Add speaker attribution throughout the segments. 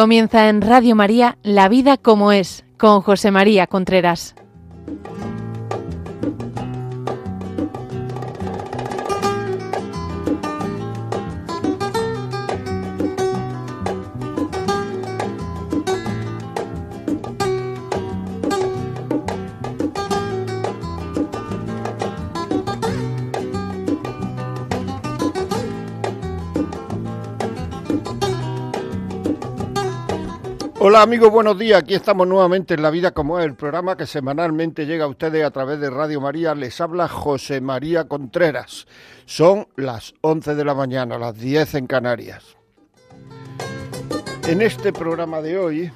Speaker 1: Comienza en Radio María, La vida como es, con José María Contreras.
Speaker 2: Hola amigos, buenos días. Aquí estamos nuevamente en La Vida como es, el programa que semanalmente llega a ustedes a través de Radio María. Les habla José María Contreras. Son las 11 de la mañana, las 10 en Canarias. En este programa de hoy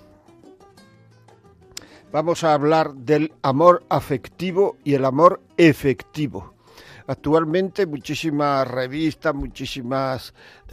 Speaker 2: vamos a hablar del amor afectivo y el amor efectivo. Actualmente muchísimas revistas, muchísimas...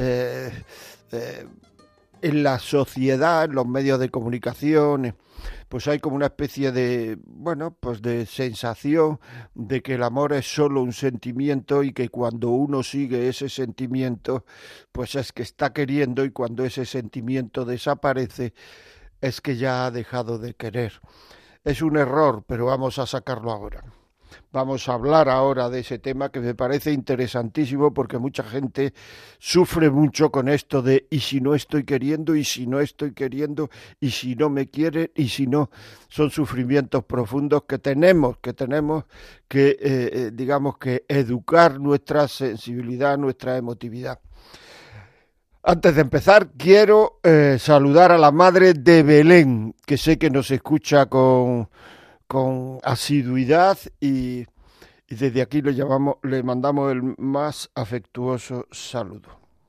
Speaker 2: en la sociedad, en los medios de comunicación, pues hay como una especie de, de sensación de que el amor es solo un sentimiento y que cuando uno sigue ese sentimiento, pues es que está queriendo, y cuando ese sentimiento desaparece, es que ya ha dejado de querer. Es un error, pero vamos a sacarlo ahora. Vamos a hablar ahora de ese tema que me parece interesantísimo porque mucha gente sufre mucho con esto de ¿y si no estoy queriendo? ¿Y si no estoy queriendo? ¿Y si no me quieren? ¿Y si no? Son sufrimientos profundos que tenemos que digamos que educar nuestra sensibilidad, nuestra emotividad. Antes de empezar, quiero saludar a la madre de Belén, que sé que nos escucha con asiduidad y desde aquí le mandamos el más afectuoso saludo.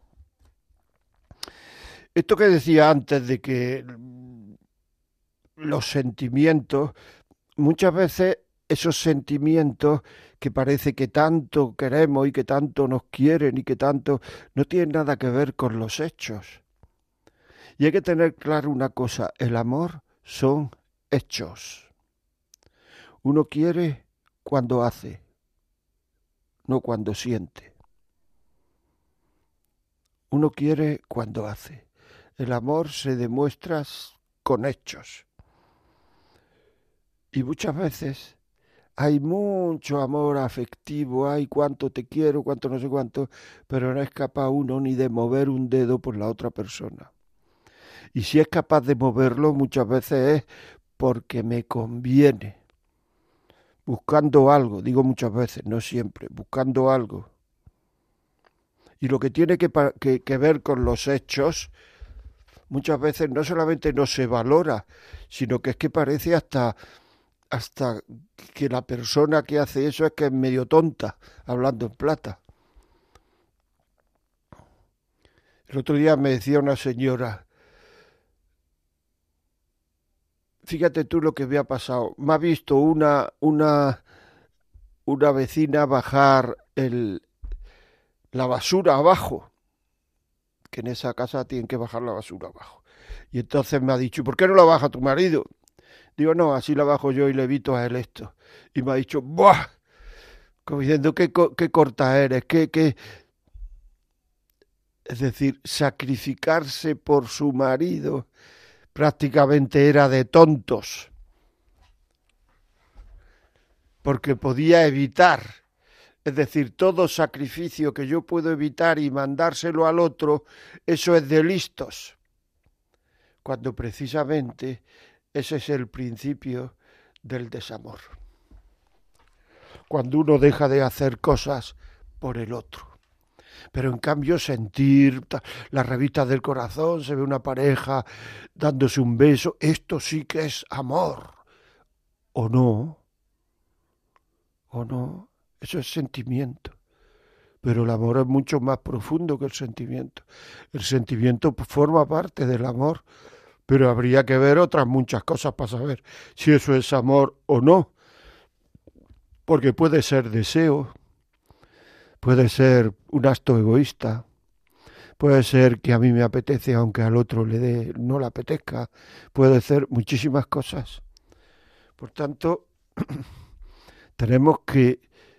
Speaker 2: Esto que decía antes de que los sentimientos, muchas veces esos sentimientos que parece que tanto queremos y que tanto nos quieren y que tanto no tienen nada que ver con los hechos. Y hay que tener claro una cosa, el amor son hechos. Uno quiere cuando hace, no cuando siente. Uno quiere cuando hace. El amor se demuestra con hechos. Y muchas veces hay mucho amor afectivo, hay cuánto te quiero, cuánto no sé cuánto, pero no es capaz uno ni de mover un dedo por la otra persona. Y si es capaz de moverlo, muchas veces es porque me conviene. Buscando algo, digo muchas veces, no siempre, buscando algo. Y lo que tiene que ver con los hechos, muchas veces no solamente no se valora, sino que es que parece hasta que la persona que hace eso es que es medio tonta, hablando en plata. El otro día me decía una señora, fíjate tú lo que me ha pasado, me ha visto una vecina bajar la basura abajo, que en esa casa tienen que bajar la basura abajo. Y entonces me ha dicho, ¿por qué no la baja tu marido? Digo, no, así la bajo yo y le evito a él esto. Y me ha dicho, ¡buah! Como diciendo, qué corta eres, qué... Es decir, sacrificarse por su marido prácticamente era de tontos, porque podía evitar. Es decir, todo sacrificio que yo puedo evitar y mandárselo al otro, eso es de listos. Cuando precisamente ese es el principio del desamor. Cuando uno deja de hacer cosas por el otro. Pero en cambio sentir las revistas del corazón, se ve una pareja dándose un beso, esto sí que es amor. ¿O no? ¿O no? Eso es sentimiento. Pero el amor es mucho más profundo que el sentimiento. El sentimiento forma parte del amor, pero habría que ver otras muchas cosas para saber si eso es amor o no. Porque puede ser deseo, puede ser un acto egoísta, puede ser que a mí me apetece aunque al otro no le apetezca, puede ser muchísimas cosas. Por tanto, tenemos que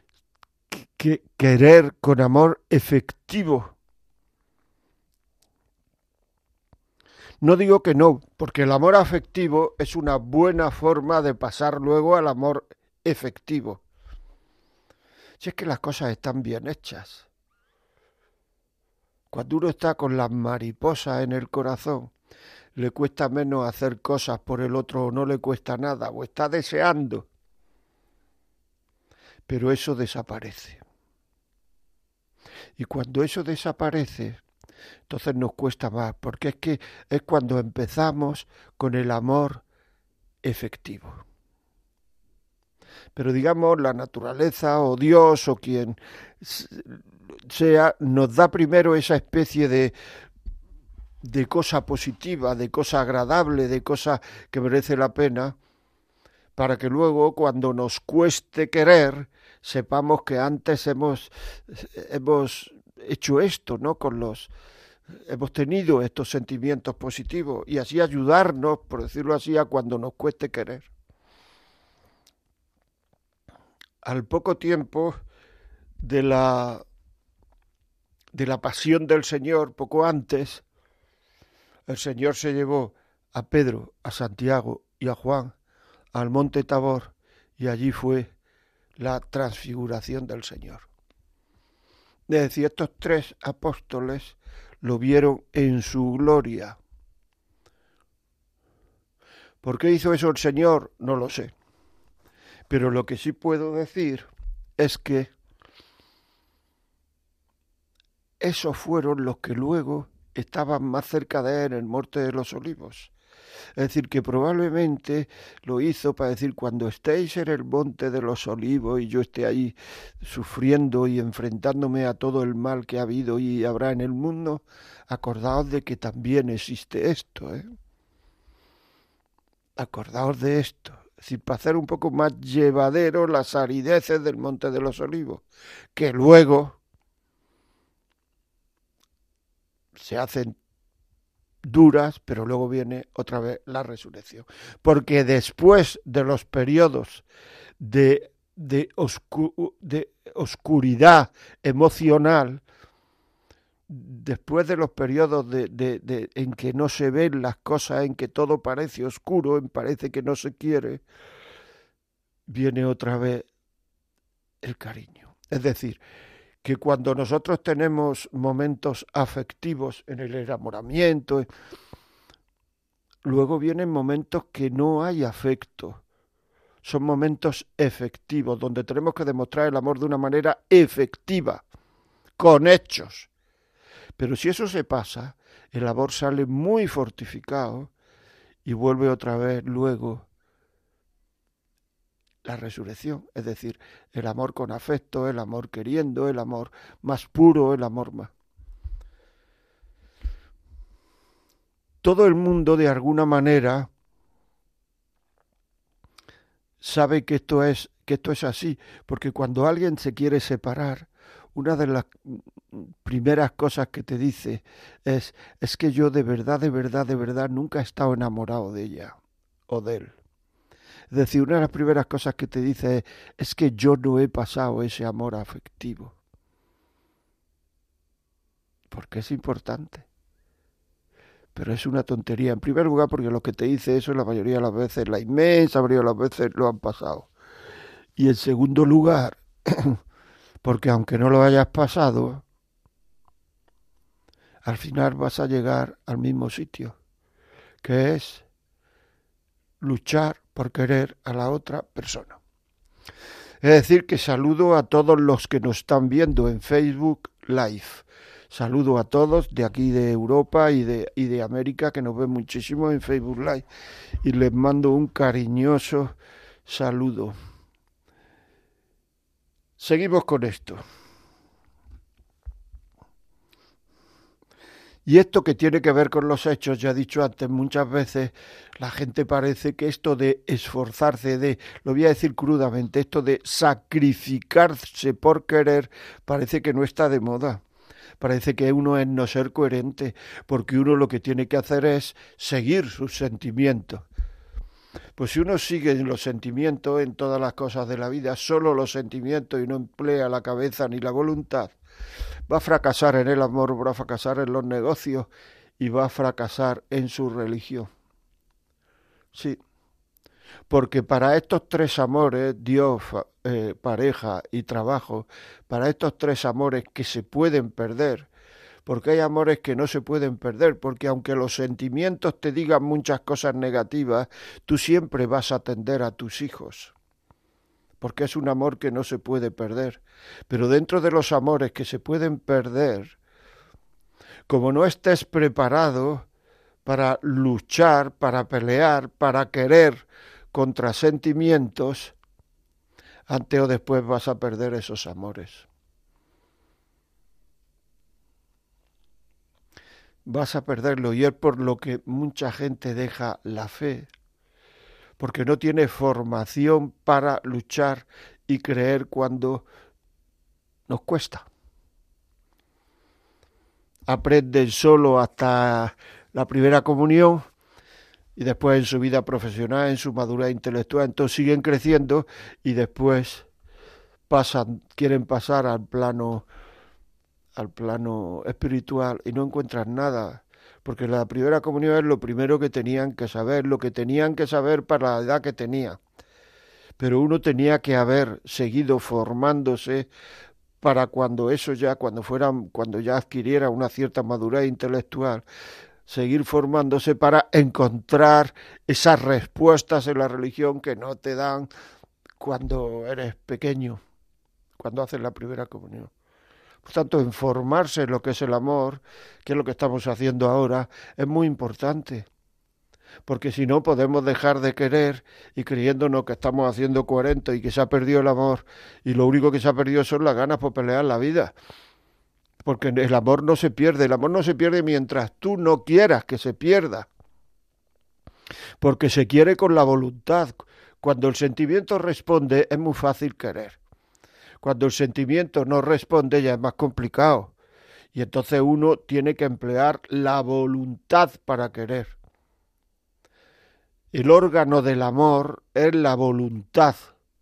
Speaker 2: querer con amor efectivo. No digo que no, porque el amor afectivo es una buena forma de pasar luego al amor efectivo. Si es que las cosas están bien hechas. Cuando uno está con las mariposas en el corazón, le cuesta menos hacer cosas por el otro o no le cuesta nada, o está deseando. Pero eso desaparece. Y cuando eso desaparece, entonces nos cuesta más, porque es que es cuando empezamos con el amor efectivo. Pero digamos, la naturaleza o Dios o quien sea, nos da primero esa especie de cosa positiva, de cosa agradable, de cosa que merece la pena, para que luego cuando nos cueste querer, sepamos que antes hemos hecho esto, ¿no? Hemos tenido estos sentimientos positivos y así ayudarnos, por decirlo así, a cuando nos cueste querer. Al poco tiempo de la pasión del Señor, poco antes, el Señor se llevó a Pedro, a Santiago y a Juan al monte Tabor y allí fue la transfiguración del Señor. Es decir, estos 3 apóstoles lo vieron en su gloria. ¿Por qué hizo eso el Señor? No lo sé. Pero lo que sí puedo decir es que esos fueron los que luego estaban más cerca de él en el Monte de los Olivos. Es decir, que probablemente lo hizo para decir, cuando estéis en el Monte de los Olivos y yo esté ahí sufriendo y enfrentándome a todo el mal que ha habido y habrá en el mundo, acordaos de que también existe esto, Acordaos de esto. Es decir, para hacer un poco más llevadero las arideces del Monte de los Olivos, que luego se hacen duras, pero luego viene otra vez la resurrección. Porque después de los periodos de oscuridad emocional, después de los periodos en que no se ven las cosas, en que todo parece oscuro, parece que no se quiere, viene otra vez el cariño. Es decir, que cuando nosotros tenemos momentos afectivos en el enamoramiento, luego vienen momentos que no hay afecto. Son momentos efectivos, donde tenemos que demostrar el amor de una manera efectiva, con hechos. Pero si eso se pasa, el amor sale muy fortificado y vuelve otra vez luego la resurrección, es decir, el amor con afecto, el amor queriendo, el amor más puro, el amor más. Todo el mundo de alguna manera sabe que esto es así, porque cuando alguien se quiere separar, una de las primeras cosas que te dice es que yo de verdad nunca he estado enamorado de ella o de él. Es decir, una de las primeras cosas que te dice es que yo no he pasado ese amor afectivo. Porque es importante. Pero es una tontería. En primer lugar, porque lo que te dice eso la mayoría de las veces, la inmensa mayoría de las veces lo han pasado. Y en segundo lugar, porque aunque no lo hayas pasado, al final vas a llegar al mismo sitio, que es luchar por querer a la otra persona. Es decir, que saludo a todos los que nos están viendo en Facebook Live. Saludo a todos de aquí de Europa y de América, que nos ven muchísimo en Facebook Live. Y les mando un cariñoso saludo. Seguimos con esto. Y esto que tiene que ver con los hechos, ya he dicho antes, muchas veces la gente parece que esto de esforzarse, lo voy a decir crudamente, esto de sacrificarse por querer, parece que no está de moda. Parece que uno es no ser coherente, porque uno lo que tiene que hacer es seguir sus sentimientos. Pues si uno sigue los sentimientos en todas las cosas de la vida, solo los sentimientos y no emplea la cabeza ni la voluntad, va a fracasar en el amor, va a fracasar en los negocios y va a fracasar en su religión. Sí, porque para estos tres amores, Dios, pareja y trabajo, para estos tres amores que se pueden perder, porque hay amores que no se pueden perder, porque aunque los sentimientos te digan muchas cosas negativas, tú siempre vas a atender a tus hijos, porque es un amor que no se puede perder. Pero dentro de los amores que se pueden perder, como no estés preparado para luchar, para pelear, para querer contra sentimientos, antes o después vas a perder esos amores. Vas a perderlo, y es por lo que mucha gente deja la fe, porque no tiene formación para luchar y creer cuando nos cuesta. Aprenden solo hasta la primera comunión y después en su vida profesional, en su madurez intelectual, entonces siguen creciendo y después quieren pasar al plano espiritual y no encuentran nada, porque la primera comunión es lo primero que tenían que saber, lo que tenían que saber para la edad que tenía. Pero uno tenía que haber seguido formándose para cuando ya adquiriera una cierta madurez intelectual, seguir formándose para encontrar esas respuestas en la religión que no te dan cuando eres pequeño, cuando haces la primera comunión. Por tanto, en formarse en lo que es el amor, que es lo que estamos haciendo ahora, es muy importante. Porque si no podemos dejar de querer y creyéndonos que estamos haciendo 40 y que se ha perdido el amor y lo único que se ha perdido son las ganas por pelear la vida. Porque el amor no se pierde mientras tú no quieras que se pierda. Porque se quiere con la voluntad. Cuando el sentimiento responde es muy fácil querer. Cuando el sentimiento no responde ya es más complicado. Y entonces uno tiene que emplear la voluntad para querer. El órgano del amor es la voluntad.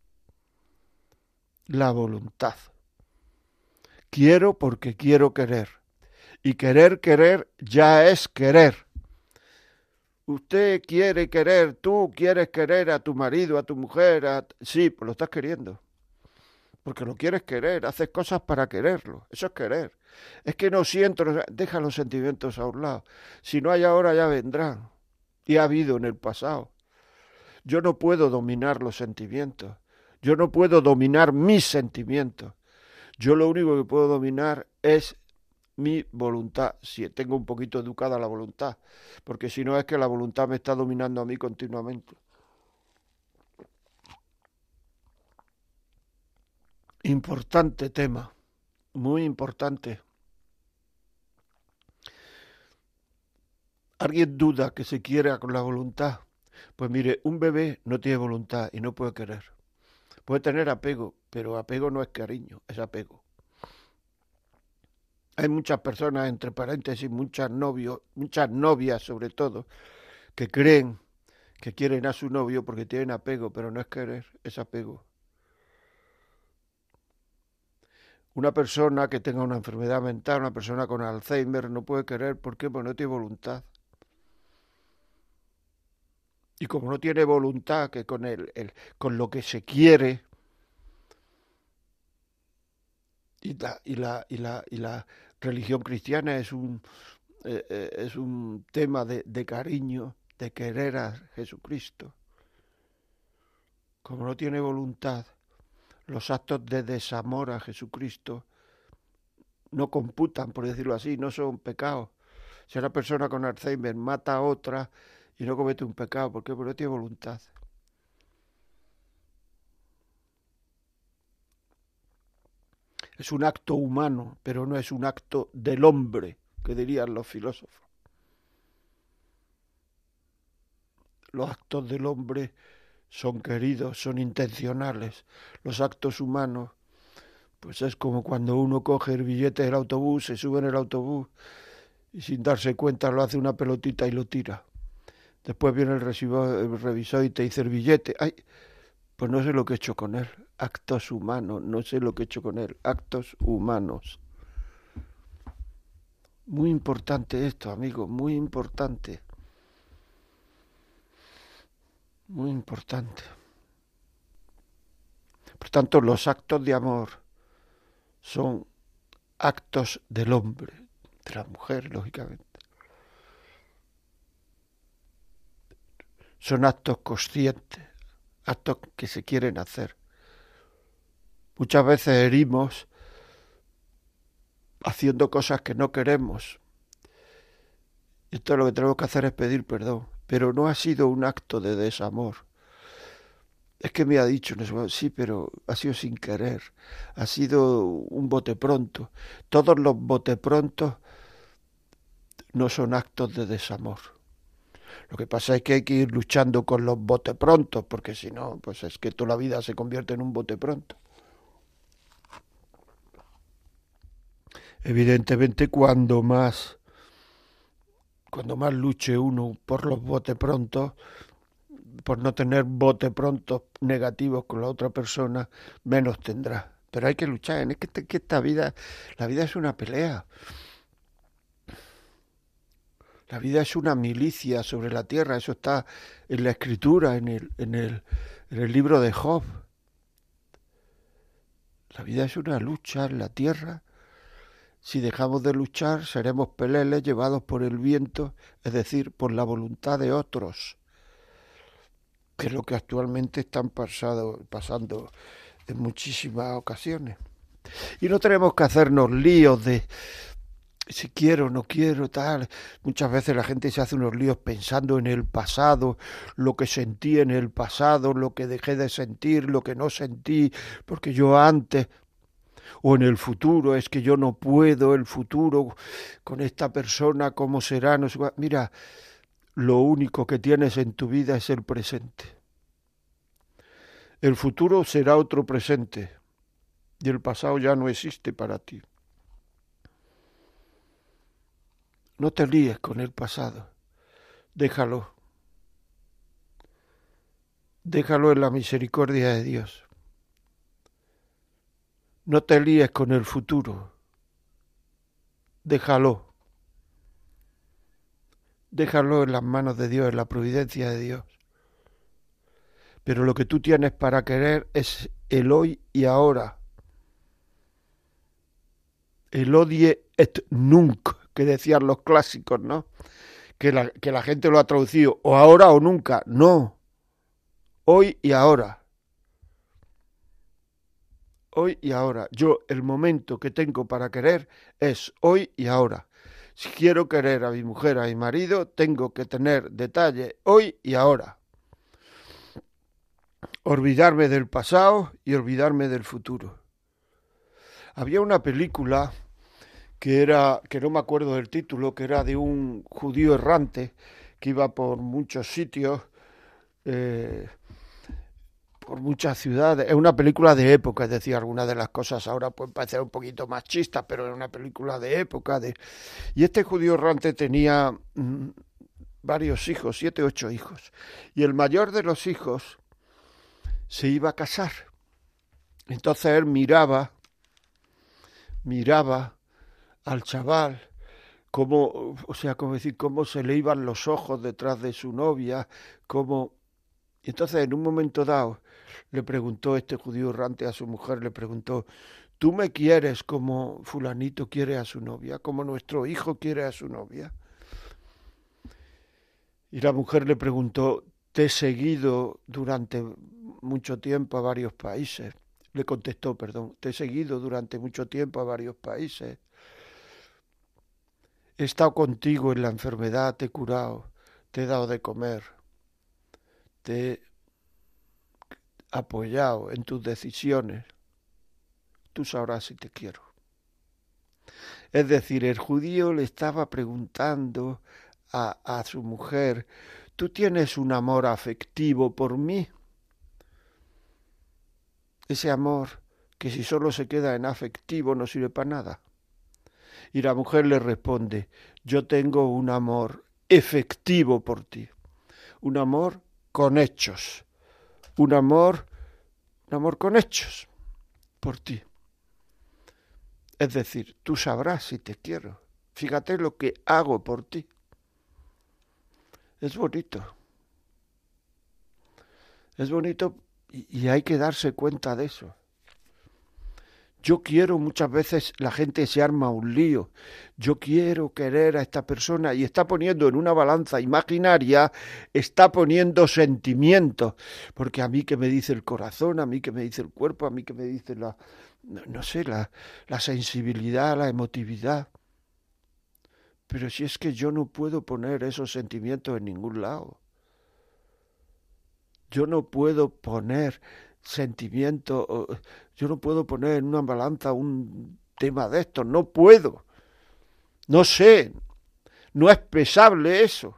Speaker 2: La voluntad. Quiero porque quiero querer. Y querer ya es querer. Usted quiere querer, tú quieres querer a tu marido, a tu mujer, sí, pues lo estás queriendo. Porque lo quieres querer, haces cosas para quererlo. Eso es querer. Es que no siento, deja los sentimientos a un lado. Si no hay ahora, ya vendrán. Y ha habido en el pasado. Yo no puedo dominar los sentimientos. Yo no puedo dominar mis sentimientos. Yo lo único que puedo dominar es mi voluntad, si tengo un poquito educada la voluntad, porque si no es que la voluntad me está dominando a mí continuamente. Importante tema, muy importante. ¿Alguien duda que se quiera con la voluntad? Pues mire, un bebé no tiene voluntad y no puede querer. Puede tener apego, pero apego no es cariño, es apego. Hay muchas personas, entre paréntesis, muchas novias sobre todo, que creen que quieren a su novio porque tienen apego, pero no es querer, es apego. Una persona que tenga una enfermedad mental, una persona con Alzheimer, no puede querer, ¿por qué? Porque no tiene voluntad. Y como no tiene voluntad, que con lo que se quiere, y la religión cristiana es un tema de cariño, de querer a Jesucristo. Como no tiene voluntad, los actos de desamor a Jesucristo no computan, por decirlo así, no son pecados. Si una persona con Alzheimer mata a otra y no comete un pecado, ¿por qué? Porque no tiene voluntad. Es un acto humano, pero no es un acto del hombre, que dirían los filósofos. Los actos del hombre son queridos, son intencionales. Los actos humanos, pues es como cuando uno coge el billete del autobús, se sube en el autobús y sin darse cuenta lo hace una pelotita y lo tira. Después viene el revisor y te dice el billete. Ay, pues no sé lo que he hecho con él. Actos humanos, no sé lo que he hecho con él. Actos humanos. Muy importante esto, amigo, muy importante. Muy importante. Por tanto, los actos de amor son actos del hombre, de la mujer, lógicamente. Son actos conscientes, actos que se quieren hacer. Muchas veces herimos haciendo cosas que no queremos. Esto lo que tenemos que hacer es pedir perdón. Pero no ha sido un acto de desamor. Es que me ha dicho, no sé, sí, pero ha sido sin querer. Ha sido un bote pronto. Todos los bote prontos no son actos de desamor. Lo que pasa es que hay que ir luchando con los bote prontos, porque si no, pues es que toda la vida se convierte en un bote pronto. Evidentemente, cuando más luche uno por los bote prontos, por no tener bote prontos negativos con la otra persona, menos tendrá. Pero hay que luchar. Es que esta vida, la vida es una pelea. La vida es una milicia sobre la tierra. Eso está en la escritura, en el libro de Job. La vida es una lucha en la tierra. Si dejamos de luchar, seremos peleles llevados por el viento, es decir, por la voluntad de otros, que es lo que actualmente están pasando en muchísimas ocasiones. Y no tenemos que hacernos líos de si quiero o no quiero, tal. Muchas veces la gente se hace unos líos pensando en el pasado, lo que sentí en el pasado, lo que dejé de sentir, lo que no sentí, porque yo antes, o en el futuro, es que yo no puedo, el futuro con esta persona, cómo será, no sé. Mira, lo único que tienes en tu vida es el presente. El futuro será otro presente y el pasado ya no existe para ti. No te líes con el pasado, déjalo. Déjalo en la misericordia de Dios. No te líes con el futuro, déjalo. Déjalo en las manos de Dios, en la providencia de Dios. Pero lo que tú tienes para querer es el hoy y ahora. El hodie et nunc, que decían los clásicos, ¿no? Que la gente lo ha traducido, o ahora o nunca. No, hoy y ahora. Hoy y ahora. Yo, el momento que tengo para querer es hoy y ahora. Si quiero querer a mi mujer, a mi marido, tengo que tener detalle hoy y ahora. Olvidarme del pasado y olvidarme del futuro. Había una película que no me acuerdo del título, que era de un judío errante que iba por muchos sitios, por muchas ciudades. Es una película de época, es decir, algunas de las cosas ahora pueden parecer un poquito más chistas, pero es una película de época. Y este judío errante tenía varios hijos, 7, 8 hijos, y el mayor de los hijos se iba a casar. Entonces él miraba al chaval, cómo se le iban los ojos detrás de su novia, Y entonces en un momento dado le preguntó este judío errante a su mujer, le preguntó: ¿tú me quieres como fulanito quiere a su novia, como nuestro hijo quiere a su novia? Y la mujer le preguntó: te he seguido durante mucho tiempo a varios países. Le contestó, te he seguido durante mucho tiempo a varios países. He estado contigo en la enfermedad, te he curado, te he dado de comer, te he apoyado en tus decisiones. Tú sabrás si te quiero. Es decir, el judío le estaba preguntando a su mujer: ¿tú tienes un amor afectivo por mí? Ese amor que si solo se queda en afectivo no sirve para nada. Y la mujer le responde: yo tengo un amor efectivo por ti, un amor con hechos, un amor con hechos por ti. Es decir, tú sabrás si te quiero. Fíjate lo que hago por ti. Es bonito. Es bonito y hay que darse cuenta de eso. Yo quiero, muchas veces la gente se arma un lío. Yo quiero querer a esta persona y está poniendo en una balanza imaginaria, está poniendo sentimientos. Porque a mí que me dice el corazón, a mí que me dice el cuerpo, a mí que me dice la sensibilidad, la emotividad. Pero si es que yo no puedo poner esos sentimientos en ningún lado. Yo no puedo poner sentimiento, yo no puedo poner en una balanza un tema de estos, no puedo, no sé, no es pesable eso.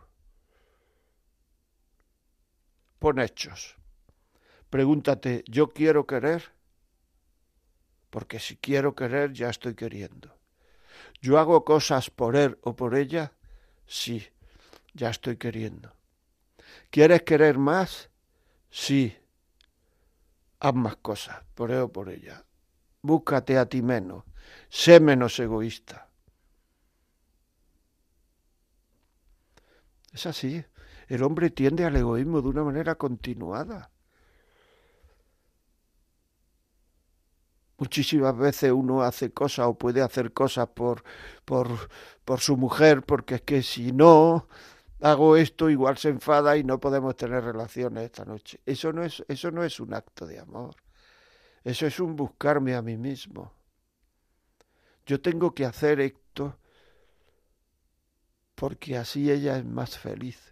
Speaker 2: Pon hechos. Pregúntate, ¿yo quiero querer? Porque si quiero querer, ya estoy queriendo. ¿Yo hago cosas por él o por ella? Sí, ya estoy queriendo. ¿Quieres querer más? Sí. Haz más cosas, por él o por ella. Búscate a ti menos. Sé menos egoísta. Es así. El hombre tiende al egoísmo de una manera continuada. Muchísimas veces uno hace cosas o puede hacer cosas por su mujer, porque es que si no hago esto, igual se enfada y no podemos tener relaciones esta noche. Eso no es un acto de amor. Eso es un buscarme a mí mismo. Yo tengo que hacer esto porque así ella es más feliz.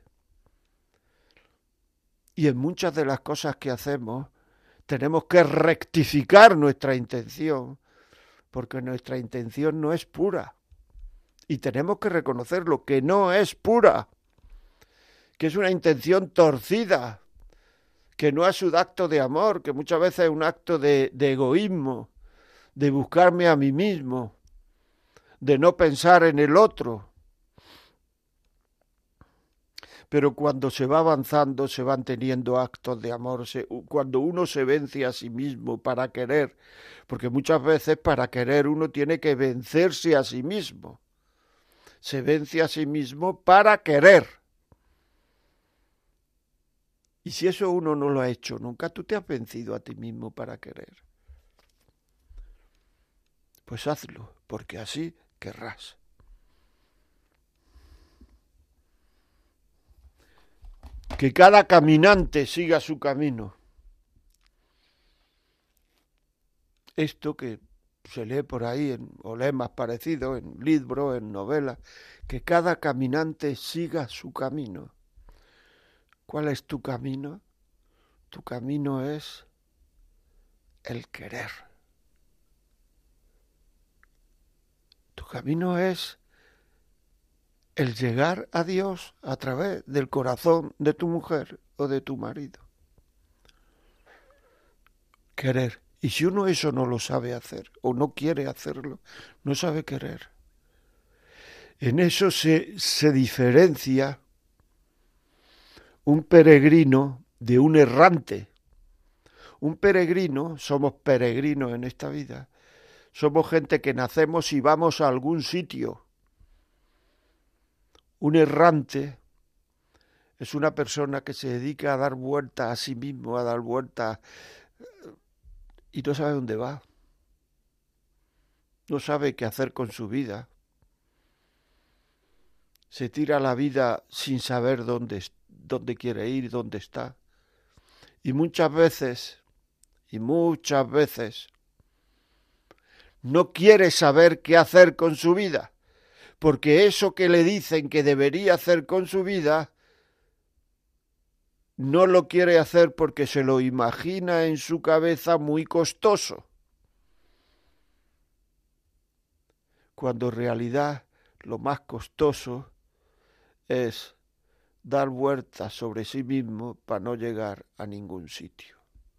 Speaker 2: Y en muchas de las cosas que hacemos tenemos que rectificar nuestra intención, porque nuestra intención no es pura. Y tenemos que reconocer lo que no es pura, que es una intención torcida, que no es un acto de amor, que muchas veces es un acto de egoísmo, de buscarme a mí mismo, de no pensar en el otro. Pero cuando se va avanzando se van teniendo actos de amor, cuando uno se vence a sí mismo para querer, porque muchas veces para querer uno tiene que vencerse a sí mismo, se vence a sí mismo para querer. Y si eso uno no lo ha hecho nunca, tú te has vencido a ti mismo para querer. Pues hazlo, porque así querrás. Que cada caminante siga su camino. Esto que se lee por ahí, o lee más parecido, en libros, en novelas, que cada caminante siga su camino. ¿Cuál es tu camino? Tu camino es el querer. Tu camino es el llegar a Dios a través del corazón de tu mujer o de tu marido. Querer. Y si uno eso no lo sabe hacer o no quiere hacerlo, no sabe querer. En eso se diferencia un peregrino de un errante. Un peregrino, somos peregrinos en esta vida, somos gente que nacemos y vamos a algún sitio. Un errante es una persona que se dedica a dar vueltas a sí mismo, a dar vueltas y no sabe dónde va. No sabe qué hacer con su vida. Se tira la vida sin saber dónde quiere ir, dónde está. Y muchas veces no quiere saber qué hacer con su vida, porque eso que le dicen que debería hacer con su vida, no lo quiere hacer porque se lo imagina en su cabeza muy costoso, cuando en realidad lo más costoso es dar vueltas sobre sí mismo para no llegar a ningún sitio.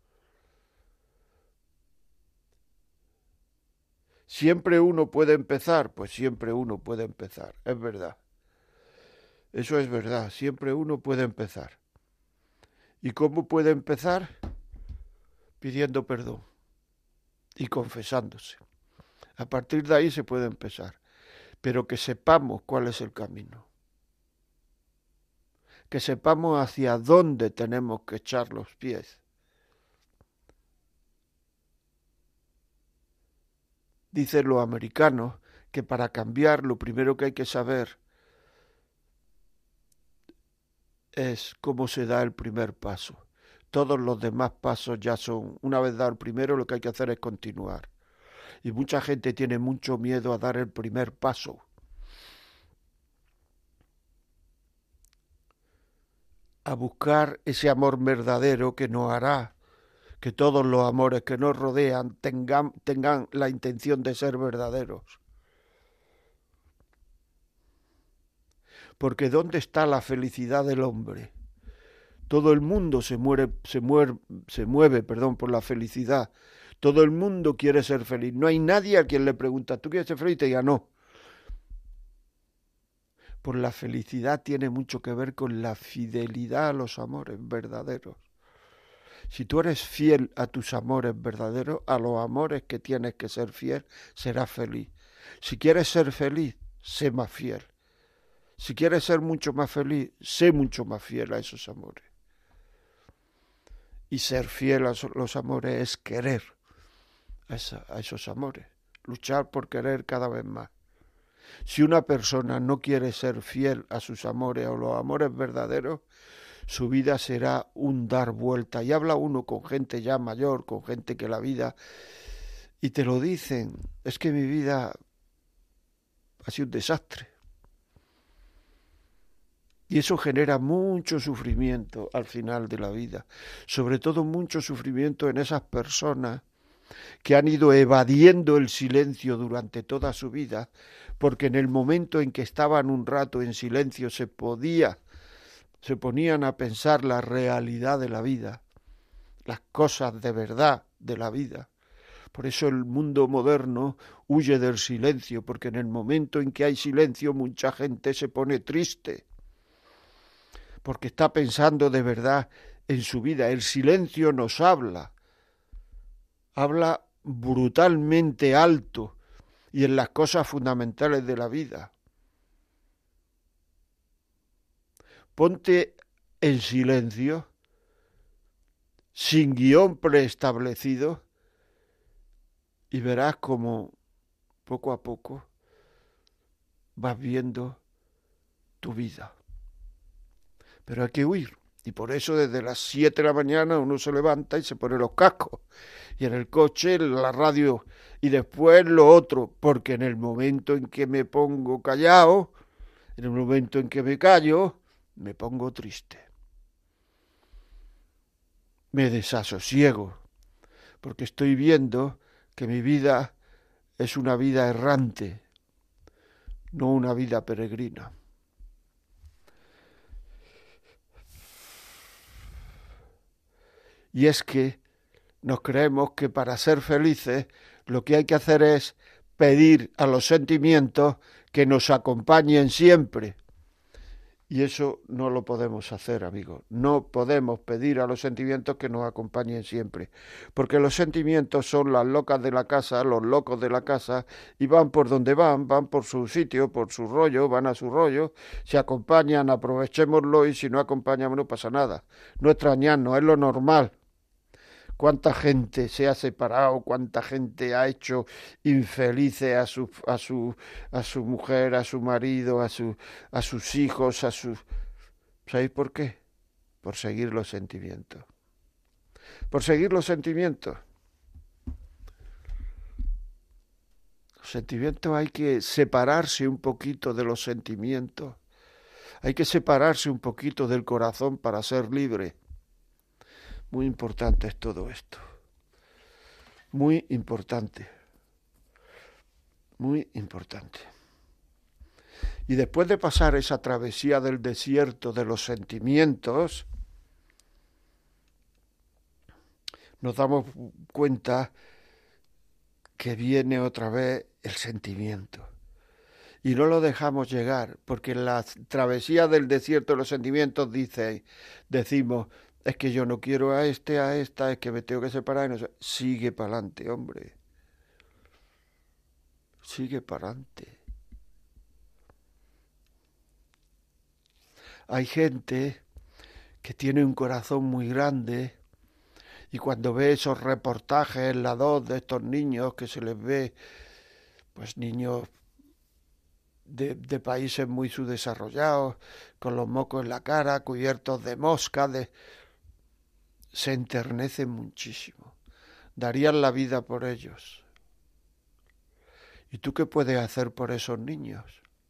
Speaker 2: ¿Siempre uno puede empezar? Pues siempre uno puede empezar, es verdad. Eso es verdad, siempre uno puede empezar. ¿Y cómo puede empezar? Pidiendo perdón y confesándose. A partir de ahí se puede empezar. pero que sepamos cuál es el camino, que sepamos hacia dónde tenemos que echar los pies. Dicen los americanos que para cambiar lo primero que hay que saber es cómo se da el primer paso. Todos los demás pasos ya son, una vez dado el primero, lo que hay que hacer es continuar. Y mucha gente tiene mucho miedo a dar el primer paso. A buscar ese amor verdadero que nos hará que todos los amores que nos rodean tengan la intención de ser verdaderos. Porque ¿dónde está la felicidad del hombre? Todo el mundo se mueve por la felicidad. Todo el mundo quiere ser feliz. No hay nadie a quien le pregunta, ¿tú quieres ser feliz? Y te diga no. Por la felicidad tiene mucho que ver con la fidelidad a los amores verdaderos. Si tú eres fiel a tus amores verdaderos, a los amores que tienes que ser fiel, serás feliz. Si quieres ser feliz, sé más fiel. Si quieres ser mucho más feliz, sé mucho más fiel a esos amores. Y ser fiel a los amores es querer a esos amores, luchar por querer cada vez más. Si una persona no quiere ser fiel a sus amores o los amores verdaderos, su vida será un dar vuelta. Y habla uno con gente ya mayor, con gente que la vida, y te lo dicen, es que mi vida ha sido un desastre. Y eso genera mucho sufrimiento al final de la vida, sobre todo mucho sufrimiento en esas personas que han ido evadiendo el silencio durante toda su vida, porque en el momento en que estaban un rato en silencio se ponían a pensar la realidad de la vida, las cosas de verdad de la vida. Por eso el mundo moderno huye del silencio, porque en el momento en que hay silencio mucha gente se pone triste, porque está pensando de verdad en su vida. El silencio nos habla brutalmente alto y en las cosas fundamentales de la vida. Ponte en silencio, sin guión preestablecido, y verás como poco a poco vas viendo tu vida. Pero hay que huir. Y por eso desde las 7 de la mañana uno se levanta y se pone los cascos. Y en el coche la radio y después lo otro. Porque en el momento en que me pongo callado, en el momento en que me callo, me pongo triste. Me desasosiego. Porque estoy viendo que mi vida es una vida errante, no una vida peregrina. Y es que nos creemos que para ser felices lo que hay que hacer es pedir a los sentimientos que nos acompañen siempre. Y eso no lo podemos hacer, amigos. No podemos pedir a los sentimientos que nos acompañen siempre. Porque los sentimientos son las locas de la casa, los locos de la casa, y van por donde van por su sitio, por su rollo, van a su rollo. Si acompañan, aprovechémoslo, y si no acompañamos, no pasa nada. No extrañarnos, es lo normal. Cuánta gente se ha separado, cuánta gente ha hecho infelices a su mujer, a su marido, a sus hijos, ¿sabéis por qué? Por seguir los sentimientos. Por seguir los sentimientos. Los sentimientos hay que separarse un poquito de los sentimientos. Hay que separarse un poquito del corazón para ser libre. Muy importante es todo esto. Muy importante. Muy importante. Y después de pasar esa travesía del desierto de los sentimientos, nos damos cuenta que viene otra vez el sentimiento. Y no lo dejamos llegar, porque en la travesía del desierto de los sentimientos decimos, es que yo no quiero a esta, es que me tengo que separar. No sé. Sigue para adelante, hombre. Sigue para adelante. Hay gente que tiene un corazón muy grande y cuando ve esos reportajes en la 2 de estos niños que se les ve, pues niños de países muy subdesarrollados, con los mocos en la cara, cubiertos de mosca, se enternecen muchísimo. Darían la vida por ellos. ¿Y tú qué puedes hacer por esos niños?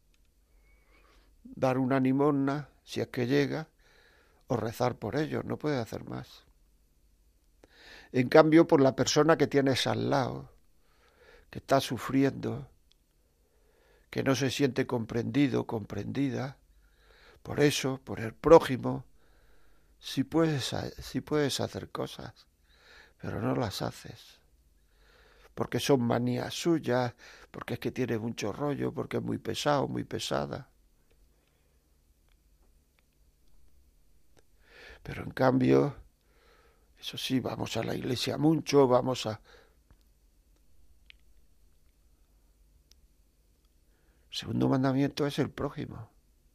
Speaker 2: Dar una limosna, si es que llega, o rezar por ellos, no puedes hacer más. En cambio, por la persona que tienes al lado, que está sufriendo, que no se siente comprendido, comprendida, por eso, por el prójimo, sí puedes hacer cosas, pero no las haces. Porque son manías suyas, porque es que tiene mucho rollo, porque es muy pesado, muy pesada. Pero en cambio, eso sí, vamos a la iglesia mucho, El segundo mandamiento es el prójimo.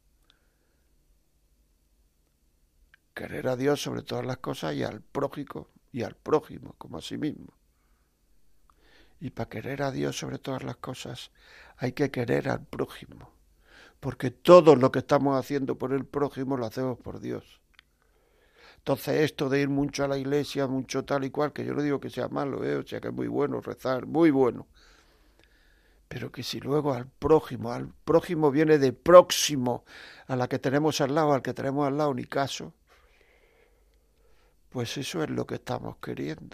Speaker 2: Querer a Dios sobre todas las cosas y al prójimo como a sí mismo. Y para querer a Dios sobre todas las cosas hay que querer al prójimo. Porque todo lo que estamos haciendo por el prójimo lo hacemos por Dios. Entonces esto de ir mucho a la iglesia, mucho tal y cual, que yo no digo que sea malo, o sea que es muy bueno rezar, muy bueno. Pero que si luego al prójimo viene de próximo, a la que tenemos al lado, al que tenemos al lado, ni caso, pues eso es lo que estamos queriendo.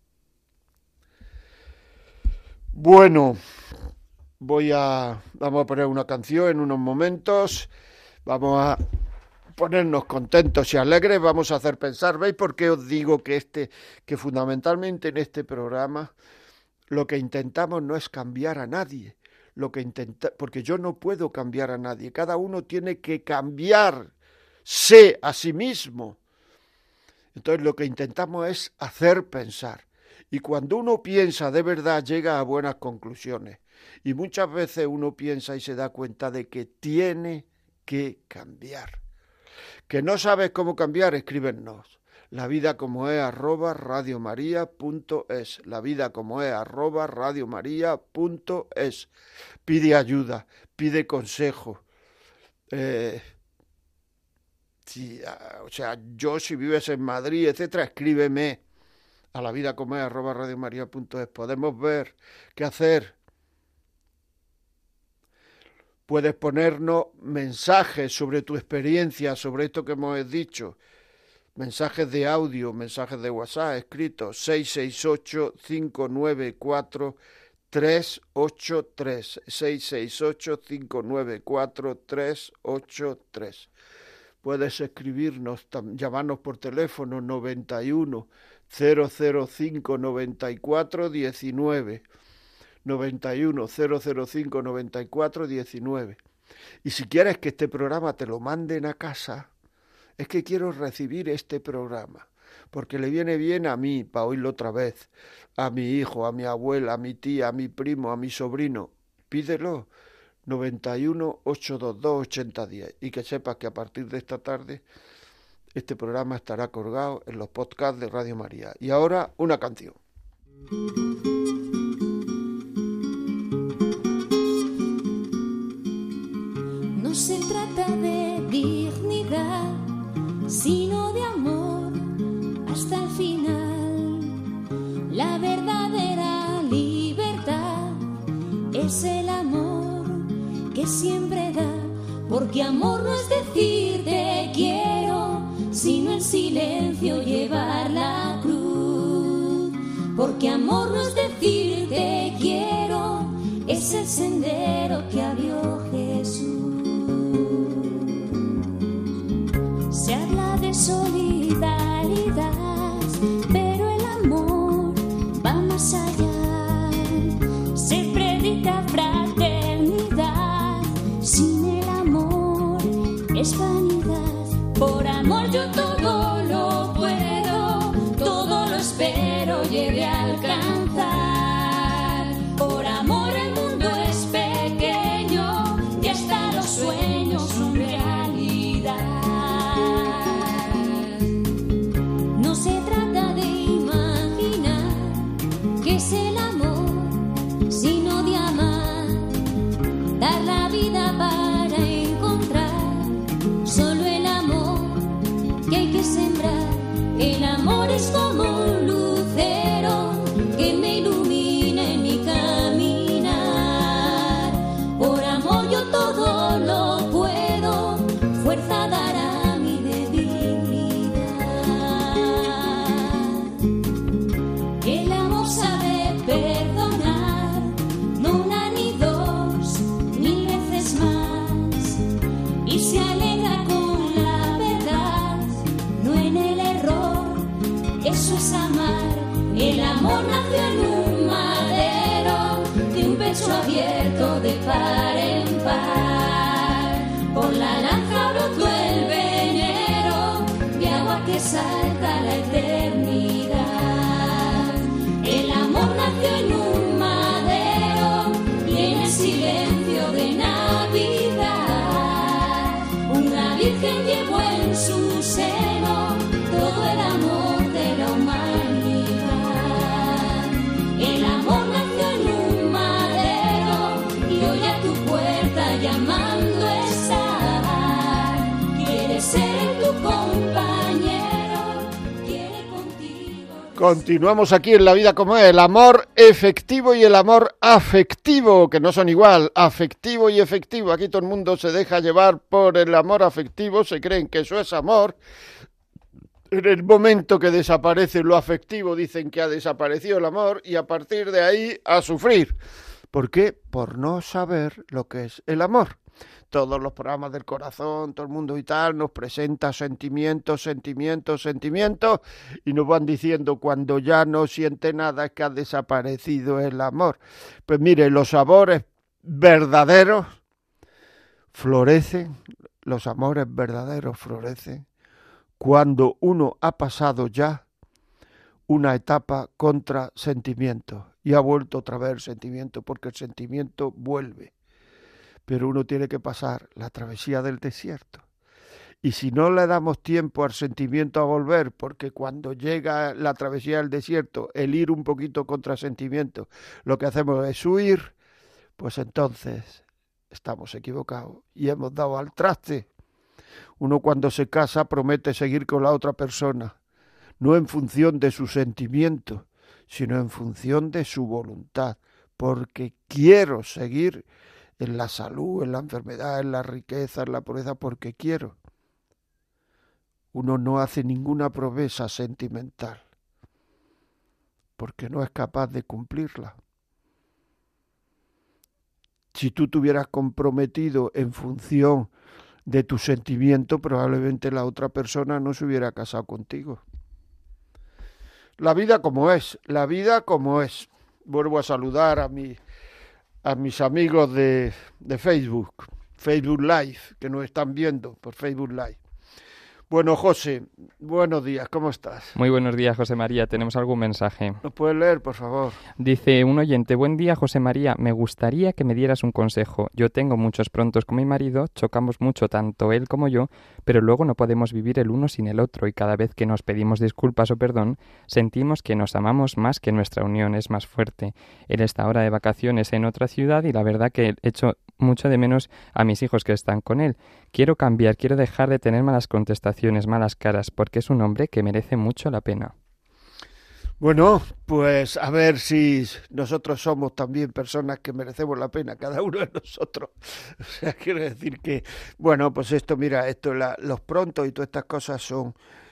Speaker 2: Bueno, vamos a poner una canción en unos momentos, vamos a ponernos contentos y alegres, vamos a hacer pensar. ¿Veis por qué os digo que fundamentalmente en este programa lo que intentamos no es cambiar a nadie, porque yo no puedo cambiar a nadie, cada uno tiene que cambiarse a sí mismo. Entonces lo que intentamos es hacer pensar. Y cuando uno piensa de verdad llega a buenas conclusiones. Y muchas veces uno piensa y se da cuenta de que tiene que cambiar. Que no sabes cómo cambiar, escríbenos. lavidacomoes@radiomaria.es. lavidacomoes@radiomaria.es. Pide ayuda, pide consejo. Si vives en Madrid, etcétera, escríbeme a lavidacomoes@radiomaria.es. Podemos ver qué hacer. Puedes ponernos mensajes sobre tu experiencia, sobre esto que hemos dicho. Mensajes de audio, mensajes de WhatsApp, escritos 668-594-383. 668-594-383. Puedes escribirnos, llamarnos por teléfono 91 005 94 19. 91 005 94 19. Y si quieres que este programa te lo manden a casa, es que quiero recibir este programa, porque le viene bien a mí, para oírlo otra vez, a mi hijo, a mi abuela, a mi tía, a mi primo, a mi sobrino. Pídelo, 91 822 8010. Y que sepas que a partir de esta tarde este programa estará colgado en los podcasts de Radio María. Y ahora una canción.
Speaker 3: No se trata de dignidad, sino de amor hasta el final. La verdadera libertad es el amor que siempre da, porque amor no es decir te quiero, sino en silencio llevar la cruz. Porque amor no es decir te quiero, es el sendero que abrió Jesús. Se habla de solidaridad, pero el amor va más allá. Se predica fraternidad, sin el amor es vanidad. Por amor yo todo lo puedo, todo lo espero, llegue a alcanzar. Por amor el mundo es pequeño y hasta los sueños son realidad. perdonar, no una ni dos, 1000 veces más. Y se alegra con la verdad, no en el error. Eso es amar. El amor nació en un madero, de un pecho abierto de par en par. Por la lanza brotó el venero, de agua que salta a la eternidad. El amor nació en un madero y en el silencio de Navidad. Una virgen llevó en su seno todo el amor de la humanidad. El amor nació en un madero y hoy a tu puerta llamando está. Quiere ser tu compañero, quiere contigo.
Speaker 2: Continuamos aquí en La Vida como es, el amor efectivo y el amor afectivo, que no son igual, afectivo y efectivo. Aquí todo el mundo se deja llevar por el amor afectivo, se creen que eso es amor. En el momento que desaparece lo afectivo dicen que ha desaparecido el amor y a partir de ahí a sufrir. ¿Por qué? Por no saber lo que es el amor. Todos los programas del corazón, todo el mundo y tal, nos presenta sentimientos, sentimientos, sentimientos y nos van diciendo cuando ya no siente nada es que ha desaparecido el amor. Pues mire, los amores verdaderos florecen, los amores verdaderos florecen cuando uno ha pasado ya una etapa contra sentimiento y ha vuelto otra vez el sentimiento, porque el sentimiento vuelve. Pero uno tiene que pasar la travesía del desierto. Y si no le damos tiempo al sentimiento a volver, porque cuando llega la travesía del desierto, el ir un poquito contra sentimiento, lo que hacemos es huir, pues entonces estamos equivocados y hemos dado al traste. Uno cuando se casa promete seguir con la otra persona, no en función de su sentimiento, sino en función de su voluntad, porque quiero seguir en la salud, en la enfermedad, en la riqueza, en la pobreza, porque quiero. Uno no hace ninguna promesa sentimental, porque no es capaz de cumplirla. Si tú te hubieras comprometido en función de tu sentimiento, probablemente la otra persona no se hubiera casado contigo. La vida como es, la vida como es. Vuelvo a saludar a mis amigos de Facebook Live, que nos están viendo por Facebook Live. Bueno, José, buenos días, ¿cómo estás?
Speaker 4: Muy buenos días, José María. ¿Tenemos algún mensaje?
Speaker 2: ¿Nos puedes leer, por favor?
Speaker 4: Dice un oyente: buen día, José María. Me gustaría que me dieras un consejo. Yo tengo muchos prontos con mi marido, chocamos mucho tanto él como yo, pero luego no podemos vivir el uno sin el otro y cada vez que nos pedimos disculpas o perdón, sentimos que nos amamos más, que nuestra unión es más fuerte. Él está ahora de vacaciones en otra ciudad y la verdad que echo mucho de menos a mis hijos que están con él. Quiero cambiar, quiero dejar de tener malas contestaciones, malas caras, porque es un hombre que merece mucho la pena.
Speaker 2: Bueno, pues a ver si nosotros somos también personas que merecemos la pena, cada uno de nosotros. O sea, quiero decir que, bueno, pues esto, mira, los prontos y todas estas cosas son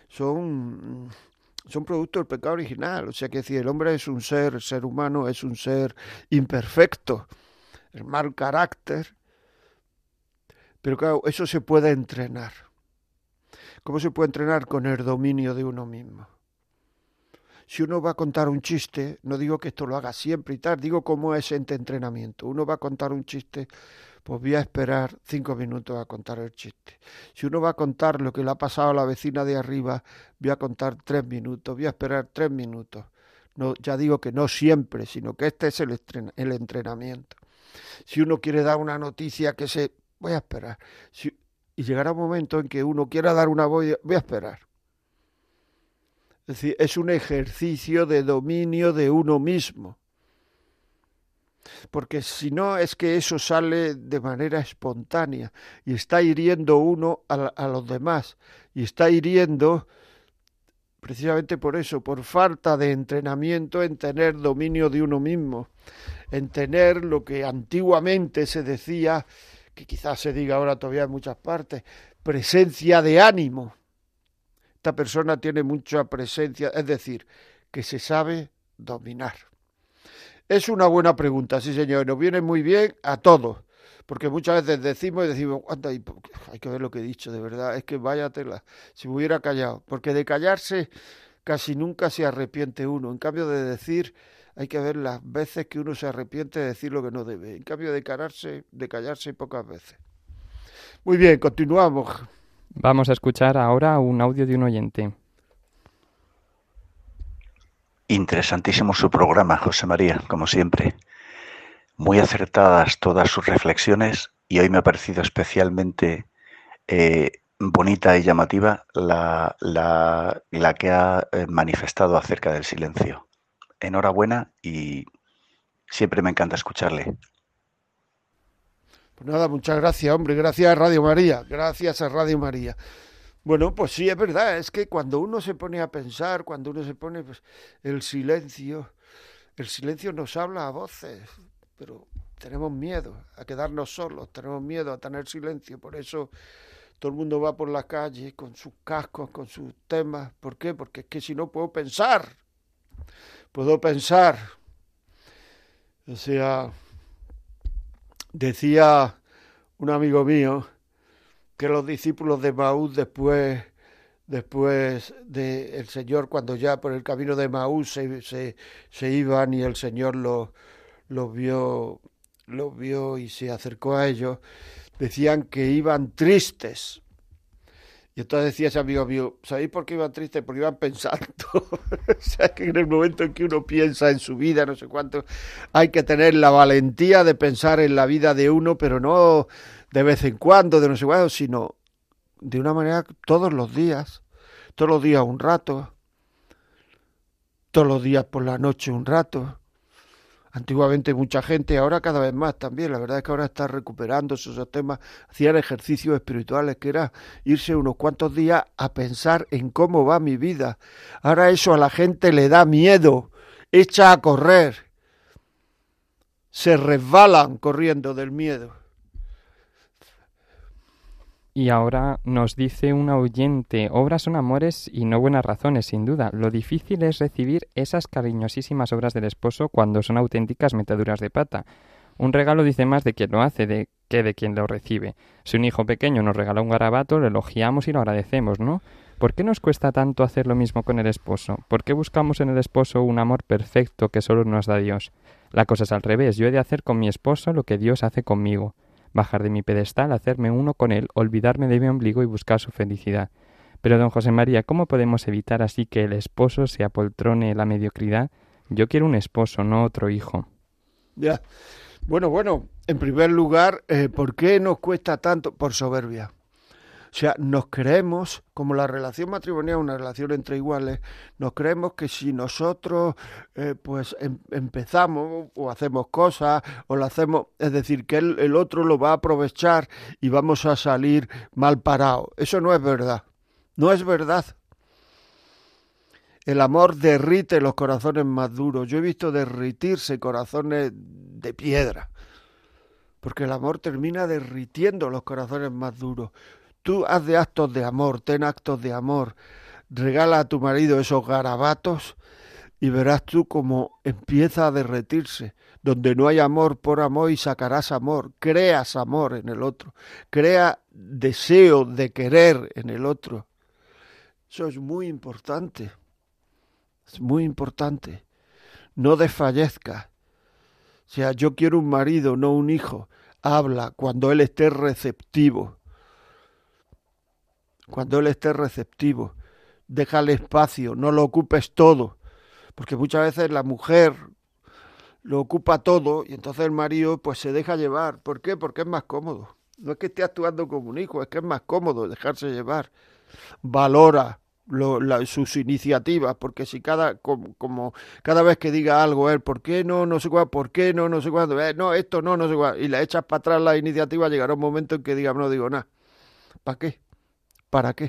Speaker 2: producto del pecado original. O sea, que decir, el hombre es un ser, el ser humano es un ser imperfecto, el mal carácter. Pero claro, eso se puede entrenar. ¿Cómo se puede entrenar? Con el dominio de uno mismo. Si uno va a contar un chiste, no digo que esto lo haga siempre y tal, digo cómo es este entrenamiento. Uno va a contar un chiste, pues voy a esperar 5 minutos a contar el chiste. Si uno va a contar lo que le ha pasado a la vecina de arriba, voy a contar 3 minutos, voy a esperar 3 minutos. No, ya digo que no siempre, sino que este es el entrenamiento. Si uno quiere dar una noticia voy a esperar. Y llegará un momento en que uno quiera dar una voy a esperar. Es decir, es un ejercicio de dominio de uno mismo. Porque si no, es que eso sale de manera espontánea y está hiriendo uno a los demás. Y está hiriendo precisamente por eso, por falta de entrenamiento en tener dominio de uno mismo. En tener lo que antiguamente se decía, que quizás se diga ahora todavía en muchas partes, presencia de ánimo. Esta persona tiene mucha presencia, es decir, que se sabe dominar. Es una buena pregunta, sí señor, nos viene muy bien a todos, porque muchas veces decimos, anda, hay que ver lo que he dicho, de verdad, es que vaya tela, si me hubiera callado, porque de callarse casi nunca se arrepiente uno, en cambio de decir, hay que ver las veces que uno se arrepiente de decir lo que no debe, en cambio de callarse pocas veces. Muy bien, continuamos.
Speaker 4: Vamos a escuchar ahora un audio de un oyente.
Speaker 5: Interesantísimo su programa, José María, como siempre. Muy acertadas todas sus reflexiones y hoy me ha parecido especialmente bonita y llamativa la que ha manifestado acerca del silencio. Enhorabuena y siempre me encanta escucharle.
Speaker 2: Pues nada, muchas gracias, hombre, gracias a Radio María, gracias a Radio María. Bueno, pues sí, es verdad, es que cuando uno se pone a pensar, cuando uno se pone, pues, el silencio nos habla a voces, pero tenemos miedo a quedarnos solos, tenemos miedo a tener silencio, por eso todo el mundo va por la calle con sus cascos, con sus temas. ¿Por qué? Porque es que si no puedo pensar. O sea, decía un amigo mío que los discípulos de Maús después de el Señor, cuando ya por el camino de Maús se iban y el Señor los vio y se acercó a ellos, decían que iban tristes. Y entonces decía ese amigo mío, ¿sabéis por qué iban tristes? Porque iban pensando. O sea, que en el momento en que uno piensa en su vida, no sé cuánto, hay que tener la valentía de pensar en la vida de uno, pero no de vez en cuando, de no sé cuándo, sino de una manera todos los días un rato, todos los días por la noche un rato. Antiguamente mucha gente, ahora cada vez más también, la verdad es que ahora está recuperando esos temas, hacían ejercicios espirituales, que era irse unos cuantos días a pensar en cómo va mi vida. Ahora eso a la gente le da miedo, echa a correr, se resbalan corriendo del miedo.
Speaker 4: Y ahora nos dice un oyente, obras son amores y no buenas razones, sin duda. Lo difícil es recibir esas cariñosísimas obras del esposo cuando son auténticas metaduras de pata. Un regalo dice más de quien lo hace que de quien lo recibe. Si un hijo pequeño nos regala un garabato, lo elogiamos y lo agradecemos, ¿no? ¿Por qué nos cuesta tanto hacer lo mismo con el esposo? ¿Por qué buscamos en el esposo un amor perfecto que solo nos da Dios? La cosa es al revés, yo he de hacer con mi esposo lo que Dios hace conmigo. Bajar de mi pedestal, hacerme uno con él, olvidarme de mi ombligo y buscar su felicidad. Pero, don José María, ¿cómo podemos evitar así que el esposo se apoltrone la mediocridad? Yo quiero un esposo, no otro hijo.
Speaker 2: Ya. Bueno, en primer lugar, ¿por qué nos cuesta tanto? Por soberbia. O sea, nos creemos, como la relación matrimonial es una relación entre iguales, nos creemos que si nosotros empezamos o hacemos cosas o lo hacemos, es decir, que el otro lo va a aprovechar y vamos a salir mal parados. Eso no es verdad. No es verdad. El amor derrite los corazones más duros. Yo he visto derritirse corazones de piedra, porque el amor termina derritiendo los corazones más duros. Tú haz de actos de amor, ten actos de amor, regala a tu marido esos garabatos y verás tú cómo empieza a derretirse. Donde no hay amor, por amor y sacarás amor, creas amor en el otro, crea deseo de querer en el otro. Eso es muy importante, es muy importante. No desfallezcas. O sea, yo quiero un marido, no un hijo. Habla cuando él esté receptivo. Cuando él esté receptivo, déjale espacio, no lo ocupes todo, porque muchas veces la mujer lo ocupa todo y entonces el marido pues se deja llevar. ¿Por qué? Porque es más cómodo. No es que esté actuando como un hijo, es que es más cómodo dejarse llevar. Valora sus iniciativas, porque si cada vez que diga algo él, ¿por qué no sé cuándo? ¿Por qué no sé cuándo? No, esto no sé cuándo. Y le echas para atrás la iniciativa, llegará un momento en que diga, no digo nada. ¿Para qué? ¿Para qué?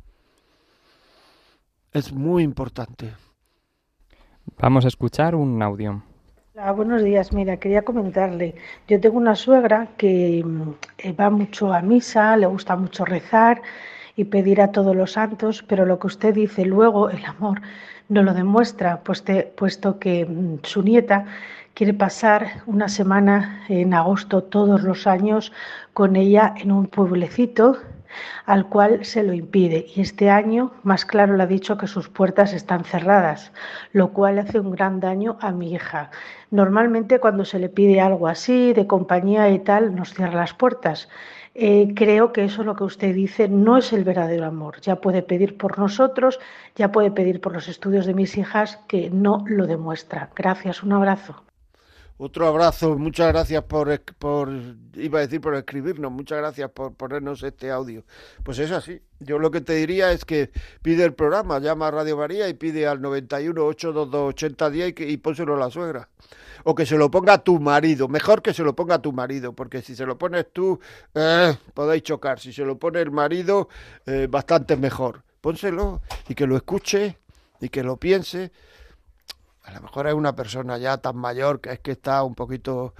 Speaker 2: Es muy importante.
Speaker 4: Vamos a escuchar un audio.
Speaker 6: Hola, buenos días. Mira, quería comentarle. Yo tengo una suegra que va mucho a misa, le gusta mucho rezar y pedir a todos los santos, pero lo que usted dice luego, el amor, no lo demuestra, puesto que su nieta quiere pasar una semana en agosto todos los años con ella en un pueblecito al cual se lo impide, y este año más claro le ha dicho que sus puertas están cerradas, lo cual hace un gran daño a mi hija. Normalmente cuando se le pide algo así de compañía y tal nos cierra las puertas. Creo que eso, lo que usted dice, no es el verdadero amor. Ya puede pedir por nosotros, ya puede pedir por los estudios de mis hijas, que no lo demuestra. Gracias, un abrazo.
Speaker 2: Otro abrazo, muchas gracias iba a decir por escribirnos, muchas gracias por ponernos este audio. Pues es así, yo lo que te diría es que pide el programa, llama a Radio María y pide al 91 822 8010 y pónselo a la suegra. O que se lo ponga tu marido, mejor que se lo ponga tu marido, porque si se lo pones tú, podéis chocar. Si se lo pone el marido, bastante mejor. Pónselo y que lo escuche y que lo piense. A lo mejor es una persona ya tan mayor que es que está un poquito,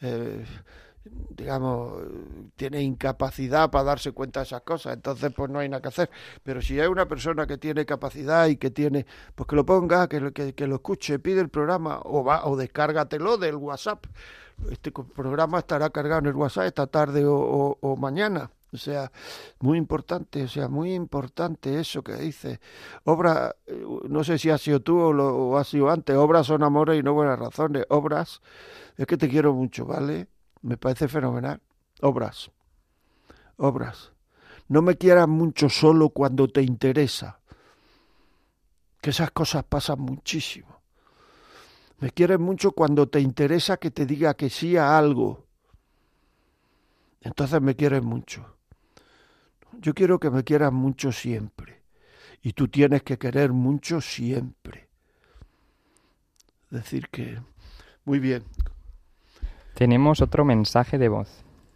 Speaker 2: digamos, tiene incapacidad para darse cuenta de esas cosas, entonces pues no hay nada que hacer. Pero si hay una persona que tiene capacidad y que tiene, pues que lo ponga, que lo escuche, pide el programa o descárgatelo del WhatsApp. Este programa estará cargado en el WhatsApp esta tarde o mañana. O sea, muy importante eso que dice. Obra, no sé si has sido tú o has sido antes, obras son amores y no buenas razones. Obras, es que te quiero mucho, ¿vale? Me parece fenomenal. Obras. No me quieras mucho solo cuando te interesa. Que esas cosas pasan muchísimo. Me quieres mucho cuando te interesa que te diga que sí a algo. Entonces me quieres mucho. Yo quiero que me quieras mucho siempre. Y tú tienes que querer mucho siempre. Es decir que... Muy bien.
Speaker 4: Tenemos otro mensaje de voz.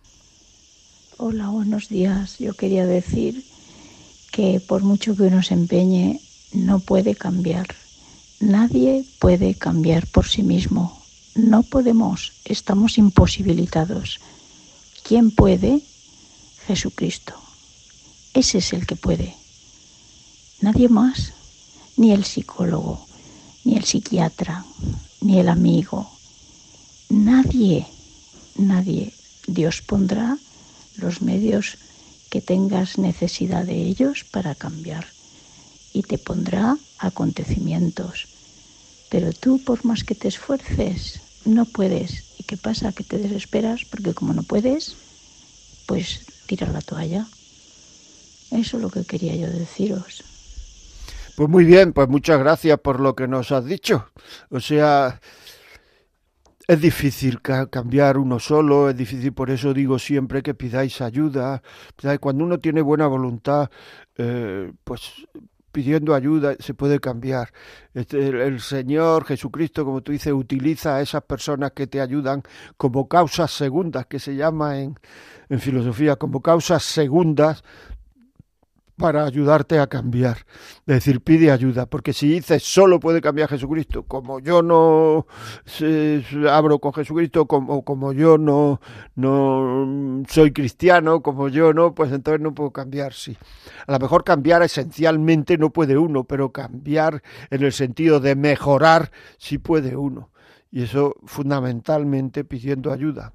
Speaker 7: Hola, buenos días. Yo quería decir que por mucho que uno se empeñe, no puede cambiar. Nadie puede cambiar por sí mismo. No podemos. Estamos imposibilitados. ¿Quién puede? Jesucristo. Ese es el que puede. Nadie más. Ni el psicólogo, ni el psiquiatra, ni el amigo. Nadie. Dios pondrá los medios que tengas necesidad de ellos para cambiar. Y te pondrá acontecimientos. Pero tú, por más que te esfuerces, no puedes. ¿Y qué pasa? Que te desesperas porque como no puedes, pues tiras la toalla. Eso es lo que quería yo deciros.
Speaker 2: Pues muy bien, pues muchas gracias por lo que nos has dicho. O sea, es difícil cambiar uno solo, es difícil, por eso digo siempre que pidáis ayuda. Cuando uno tiene buena voluntad, pues pidiendo ayuda se puede cambiar. El Señor Jesucristo, como tú dices, utiliza a esas personas que te ayudan como causas segundas, que se llama en filosofía, como causas segundas, para ayudarte a cambiar. Es decir, pide ayuda, porque si dices solo puede cambiar Jesucristo, como yo no abro con Jesucristo, como yo no soy cristiano, como yo no, pues entonces no puedo cambiar, sí. A lo mejor cambiar esencialmente no puede uno, pero cambiar en el sentido de mejorar sí puede uno. Y eso fundamentalmente pidiendo ayuda.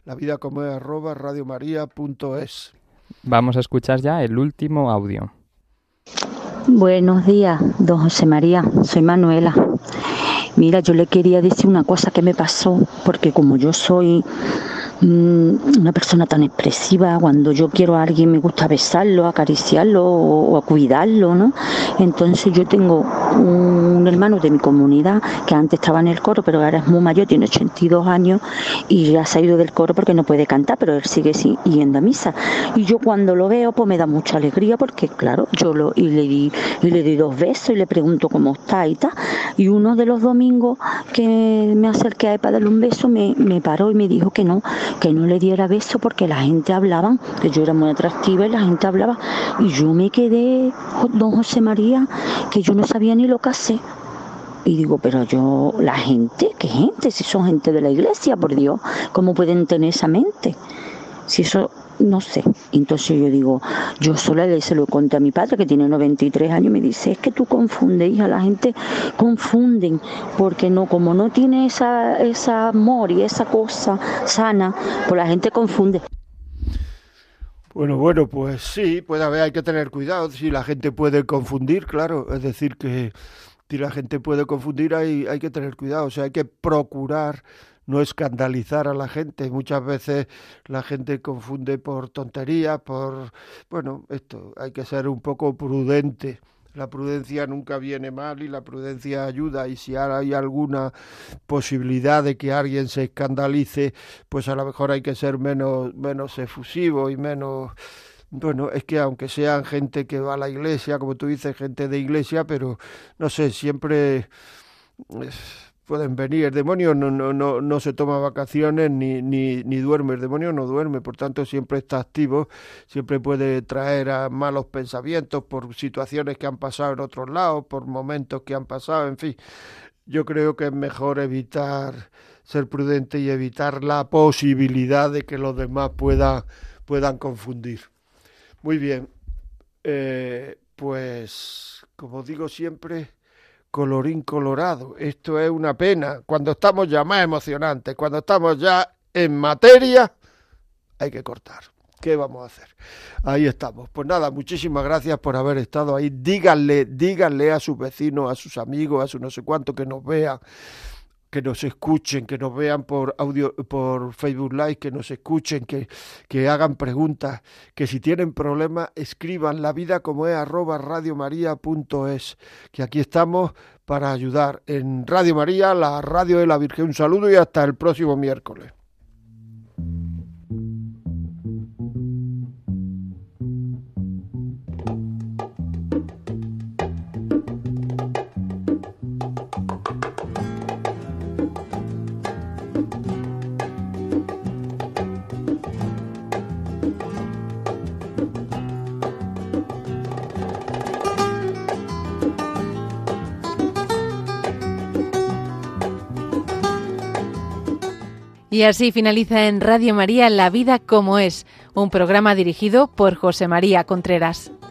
Speaker 2: lavidacomoes@radiomaria.es.
Speaker 4: Vamos a escuchar ya el último audio.
Speaker 8: Buenos días, don José María, soy Manuela. Mira, yo le quería decir una cosa que me pasó, porque como yo soy una persona tan expresiva, cuando yo quiero a alguien me gusta besarlo, acariciarlo o cuidarlo, ¿no? Entonces yo tengo un hermano de mi comunidad que antes estaba en el coro, pero ahora es muy mayor, tiene 82 años y ya se ha ido del coro porque no puede cantar, pero él sigue yendo a misa. Y yo cuando lo veo pues me da mucha alegría porque claro, le di 2 besos y le pregunto cómo está y tal. Y uno de los domingos que me acerqué a él para darle un beso me paró y me dijo que no le diera beso porque la gente hablaba, que yo era muy atractiva y la gente hablaba. Y yo me quedé, don José María, que yo no sabía ni lo que hacer. Y digo, pero la gente, ¿qué gente? Si son gente de la iglesia, por Dios, ¿cómo pueden tener esa mente? Si eso no sé. Entonces yo digo, yo sola se lo conté a mi padre, que tiene 93 años, y me dice, es que tú confundes, hija, la gente confunden, porque no, como no tiene esa amor y esa cosa sana, pues la gente confunde.
Speaker 2: Bueno, pues sí, puede haber, hay que tener cuidado, si la gente puede confundir, claro, es decir, que si la gente puede confundir hay que tener cuidado, o sea, hay que procurar no escandalizar a la gente. Muchas veces la gente confunde por tonterías, esto, hay que ser un poco prudente. La prudencia nunca viene mal y la prudencia ayuda, y si ahora hay alguna posibilidad de que alguien se escandalice, pues a lo mejor hay que ser menos efusivo y menos... Bueno, es que aunque sean gente que va a la iglesia, como tú dices, gente de iglesia, pero no sé, siempre pueden venir. El demonio no se toma vacaciones ni duerme. El demonio no duerme, por tanto siempre está activo, siempre puede traer a malos pensamientos por situaciones que han pasado en otros lados, por momentos que han pasado, en fin. Yo creo que es mejor evitar, ser prudente y evitar la posibilidad de que los demás puedan confundir. Muy bien, pues como digo siempre, colorín colorado, esto es una pena. Cuando estamos ya más emocionantes, cuando estamos ya en materia, hay que cortar. ¿Qué vamos a hacer? Ahí estamos. Pues nada, muchísimas gracias por haber estado ahí. Díganle a sus vecinos, a sus amigos, a su no sé cuánto, que nos vean, que nos escuchen, que nos vean por audio, por Facebook Live, que nos escuchen, que hagan preguntas, que si tienen problemas escriban lavidacomoes@radiomaria.es, que aquí estamos para ayudar en Radio María, la radio de la Virgen. Un saludo y hasta el próximo miércoles.
Speaker 1: Y así finaliza en Radio María La Vida como es, un programa dirigido por José María Contreras.